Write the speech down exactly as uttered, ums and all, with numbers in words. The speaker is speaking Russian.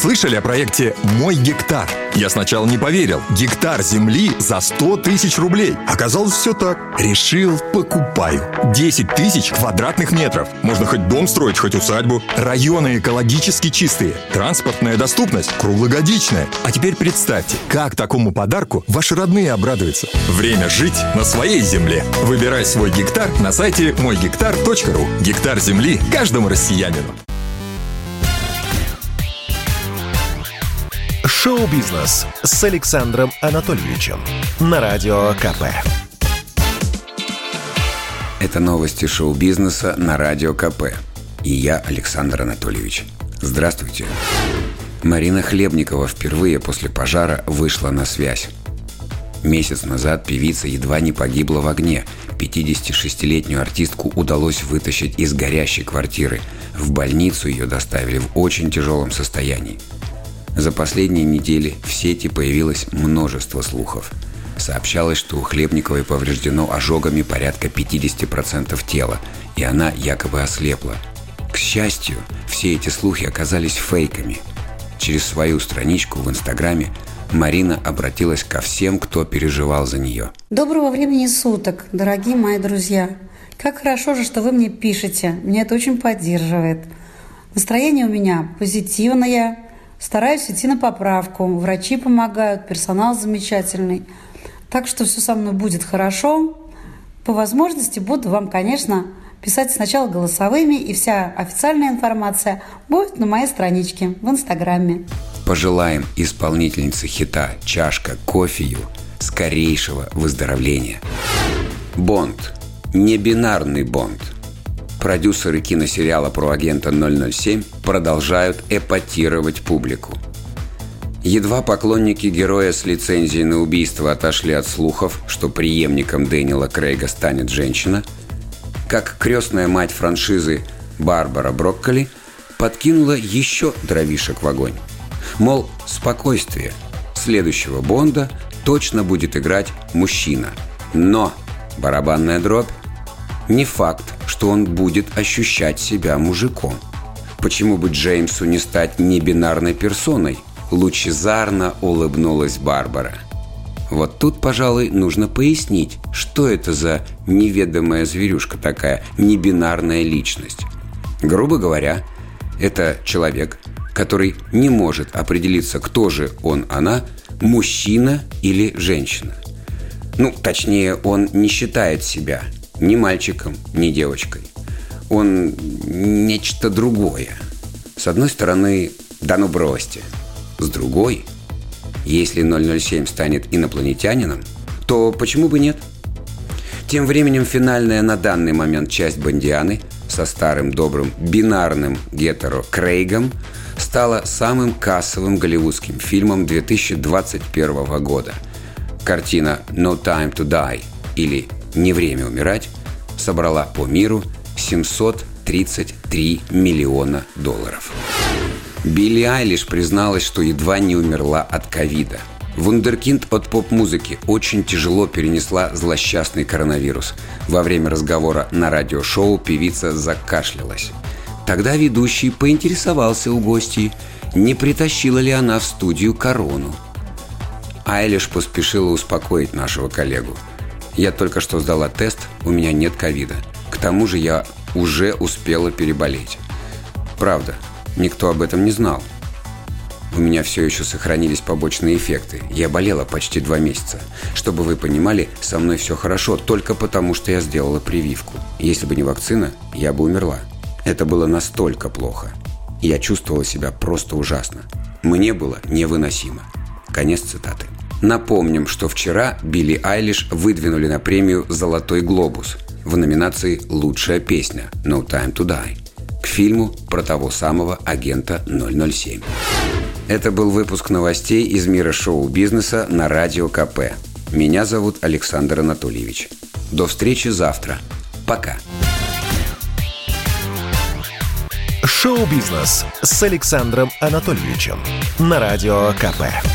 Слышали о проекте «Мой гектар»? Я сначала не поверил. Гектар земли за сто тысяч рублей. Оказалось, все так. Решил, покупаю. десять тысяч квадратных метров. Можно хоть дом строить, хоть усадьбу. Районы экологически чистые. Транспортная доступность круглогодичная. А теперь представьте, как такому подарку ваши родные обрадуются. Время жить на своей земле. Выбирай свой гектар на сайте мой гектар точка ру. Гектар земли каждому россиянину. Шоу-бизнес с Александром Анатольевичем на Радио КП. Это новости шоу-бизнеса на Радио КП. И я, Александр Анатольевич. Здравствуйте. Марина Хлебникова впервые после пожара вышла на связь. Месяц назад певица едва не погибла в огне. пятидесятишестилетнюю артистку удалось вытащить из горящей квартиры. В больницу ее доставили в очень тяжелом состоянии. За последние недели в сети появилось множество слухов. Сообщалось, что у Хлебниковой повреждено ожогами порядка пятьдесят процентов тела, и она якобы ослепла. К счастью, все эти слухи оказались фейками. Через свою страничку в Инстаграме Марина обратилась ко всем, кто переживал за нее. Доброго времени суток, дорогие мои друзья. Как хорошо же, что вы мне пишете. Меня это очень поддерживает. Настроение у меня позитивное. Стараюсь идти на поправку. Врачи помогают, персонал замечательный. Так что все со мной будет хорошо. По возможности буду вам, конечно, писать сначала голосовыми, и вся официальная информация будет на моей страничке в Инстаграме. Пожелаем исполнительнице хита «Чашка кофею» скорейшего выздоровления. Бонд. Небинарный Бонд. Продюсеры киносериала про агента ноль ноль семь продолжают эпатировать публику. Едва поклонники героя с лицензией на убийство отошли от слухов, что преемником Дэниела Крейга станет женщина, как крестная мать франшизы Барбара Брокколи подкинула еще дровишек в огонь. Мол, спокойствие, следующего Бонда точно будет играть мужчина. Но барабанная дробь. Не факт, что он будет ощущать себя мужиком. Почему бы Джеймсу не стать небинарной персоной? Лучезарно улыбнулась Барбара. Вот тут, пожалуй, нужно пояснить, что это за неведомая зверюшка такая, небинарная личность. Грубо говоря, это человек, который не может определиться, кто же он, она, мужчина или женщина. Ну, точнее, он не считает себя ни мальчиком, ни девочкой. Он нечто другое. С одной стороны, да ну бросьте. С другой, если ноль ноль семь станет инопланетянином, то почему бы нет? Тем временем финальная на данный момент часть Бондианы со старым добрым бинарным гетеро Крейгом стала самым кассовым голливудским фильмом две тысячи двадцать первого года. Картина «No Time to Die» или «Не время умирать» собрала по миру семьсот тридцать три миллиона долларов. Билли Айлиш призналась, что едва не умерла от ковида. Вундеркинд от поп-музыки очень тяжело перенесла злосчастный коронавирус. Во время разговора на радиошоу певица закашлялась. Тогда ведущий поинтересовался у гостей, не притащила ли она в студию корону. Айлиш поспешила успокоить нашего коллегу. «Я только что сдала тест, у меня нет ковида. К тому же я уже успела переболеть». Правда, никто об этом не знал. У меня все еще сохранились побочные эффекты. Я болела почти два месяца. Чтобы вы понимали, со мной все хорошо только потому, что я сделала прививку. Если бы не вакцина, я бы умерла. Это было настолько плохо. Я чувствовала себя просто ужасно. Мне было невыносимо. Конец цитаты. Напомним, что вчера Билли Айлиш выдвинули на премию «Золотой глобус» в номинации «Лучшая песня» «No Time to Die» к фильму про того самого агента ноль ноль семь. Это был выпуск новостей из мира шоу-бизнеса на Радио КП. Меня зовут Александр Анатольевич. До встречи завтра. Пока. Шоу-бизнес с Александром Анатольевичем на Радио КП.